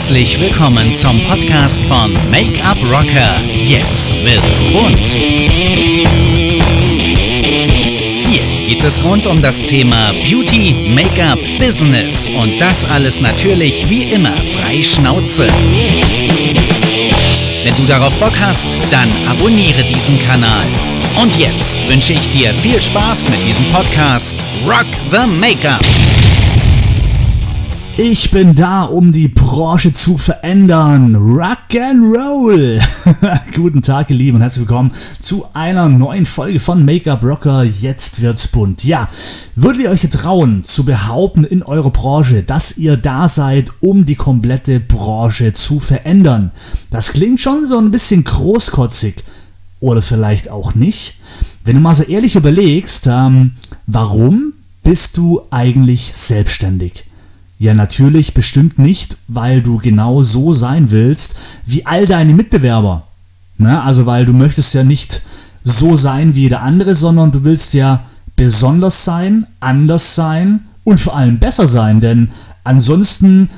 herzlich willkommen zum Podcast von Make-up Rocker. Jetzt wird's bunt. Hier geht es rund um das Thema Beauty, Make-up, Business und das alles natürlich wie immer frei Schnauze. Wenn du darauf Bock hast, dann abonniere diesen Kanal. Und jetzt wünsche ich dir viel Spaß mit diesem Podcast Rock the Make-up. Ich bin da, um die Branche zu verändern. Rock'n'Roll! Guten Tag, ihr Lieben, und herzlich willkommen zu einer neuen Folge von Make-up Rocker. Jetzt wird's bunt. Ja, würdet ihr euch trauen, zu behaupten in eurer Branche, dass ihr da seid, um die komplette Branche zu verändern? Das klingt schon so ein bisschen großkotzig. Oder vielleicht auch nicht. Wenn du mal so ehrlich überlegst, warum bist du eigentlich selbstständig? Ja, natürlich bestimmt nicht, weil du genau so sein willst wie all deine Mitbewerber. Also weil du möchtest ja nicht so sein wie jeder andere, sondern du willst ja besonders sein, anders sein und vor allem besser sein. Denn ansonsten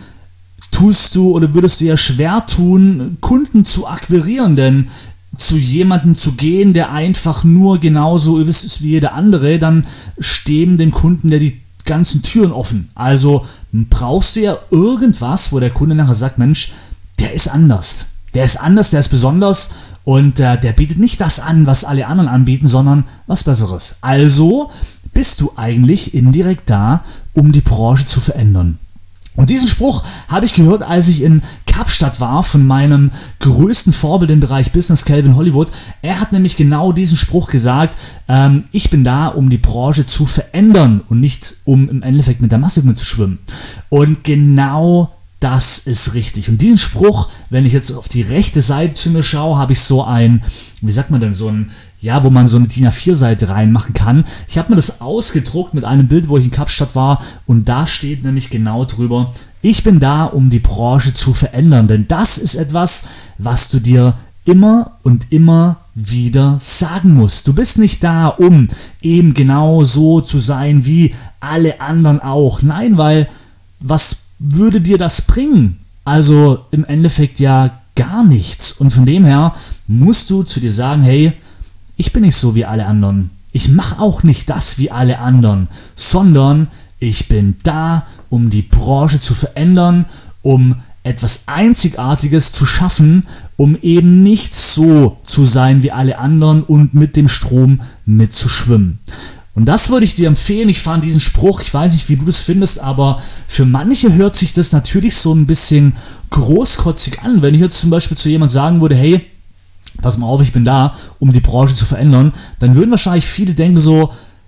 tust du oder würdest du ja schwer tun, Kunden zu akquirieren. Denn zu jemandem zu gehen, der einfach nur genauso ist wie jeder andere, dann stehen dem Kunden ja die ganzen Türen offen. Also brauchst du ja irgendwas, wo der Kunde nachher sagt, Mensch, der ist anders. Der ist anders, der ist besonders und der bietet nicht das an, was alle anderen anbieten, sondern was Besseres. Also bist du eigentlich indirekt da, um die Branche zu verändern. Und diesen Spruch habe ich gehört, als ich in Kapstadt war, von meinem größten Vorbild im Bereich Business, Calvin Hollywood. Er hat nämlich genau diesen Spruch gesagt, ich bin da, um die Branche zu verändern und nicht, um im Endeffekt mit der Masse mitzuschwimmen. Und genau das ist richtig. Und diesen Spruch, wenn ich jetzt auf die rechte Seite zu mir schaue, habe ich so ein, wie sagt man denn, so ein, ja, wo man so eine DIN A4-Seite reinmachen kann. Ich habe mir das ausgedruckt mit einem Bild, wo ich in Kapstadt war, und da steht nämlich genau drüber: Ich bin da, um die Branche zu verändern, denn das ist etwas, was du dir immer und immer wieder sagen musst. Du bist nicht da, um eben genau so zu sein wie alle anderen auch. Nein, weil was würde dir das bringen? Also im Endeffekt ja gar nichts. Und von dem her musst du zu dir sagen, hey, ich bin nicht so wie alle anderen. Ich mache auch nicht das wie alle anderen, sondern ich bin da, um die Branche zu verändern, um etwas Einzigartiges zu schaffen, um eben nicht so zu sein wie alle anderen und mit dem Strom mitzuschwimmen. Und das würde ich dir empfehlen. Ich fand diesen Spruch, ich weiß nicht, wie du das findest, aber für manche hört sich das natürlich so ein bisschen großkotzig an. Wenn ich jetzt zum Beispiel zu jemandem sagen würde, hey, pass mal auf, ich bin da, um die Branche zu verändern, dann würden wahrscheinlich viele denken so,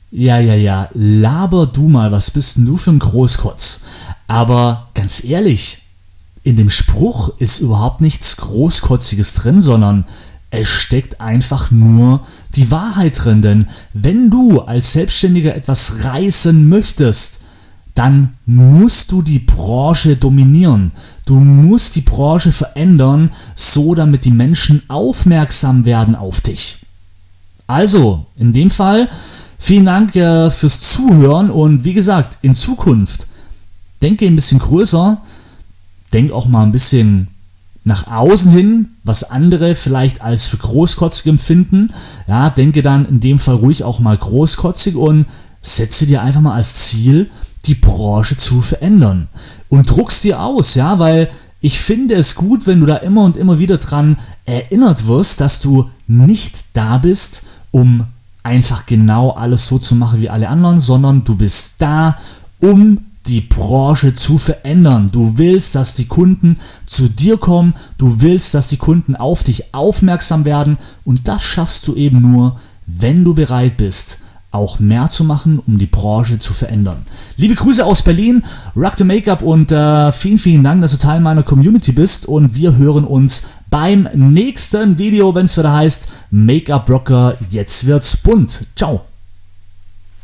ja, laber du mal, was bist denn du für ein Großkotz? Aber ganz ehrlich, in dem Spruch ist überhaupt nichts Großkotziges drin, sondern es steckt einfach nur die Wahrheit drin. Denn wenn du als Selbstständiger etwas reißen möchtest, dann musst du die Branche dominieren. Du musst die Branche verändern, so damit die Menschen aufmerksam werden auf dich. Also, in dem Fall, vielen Dank fürs Zuhören und wie gesagt, in Zukunft, denke ein bisschen größer, denk auch mal ein bisschen nach außen hin, was andere vielleicht als für großkotzig empfinden. Ja, denke dann in dem Fall ruhig auch mal großkotzig und setze dir einfach mal als Ziel, die Branche zu verändern. Und druck's dir aus, ja, weil ich finde es gut, wenn du da immer und immer wieder dran erinnert wirst, dass du nicht da bist, um einfach genau alles so zu machen wie alle anderen, sondern du bist da, um die Branche zu verändern. Du willst, dass die Kunden zu dir kommen, du willst, dass die Kunden auf dich aufmerksam werden, und das schaffst du eben nur, wenn du bereit bist, auch mehr zu machen, um die Branche zu verändern. Liebe Grüße aus Berlin, Rock the Make-up, und vielen, vielen Dank, dass du Teil meiner Community bist, und wir hören uns beim nächsten Video, wenn es wieder heißt Make-up Rocker, jetzt wird's bunt. Ciao.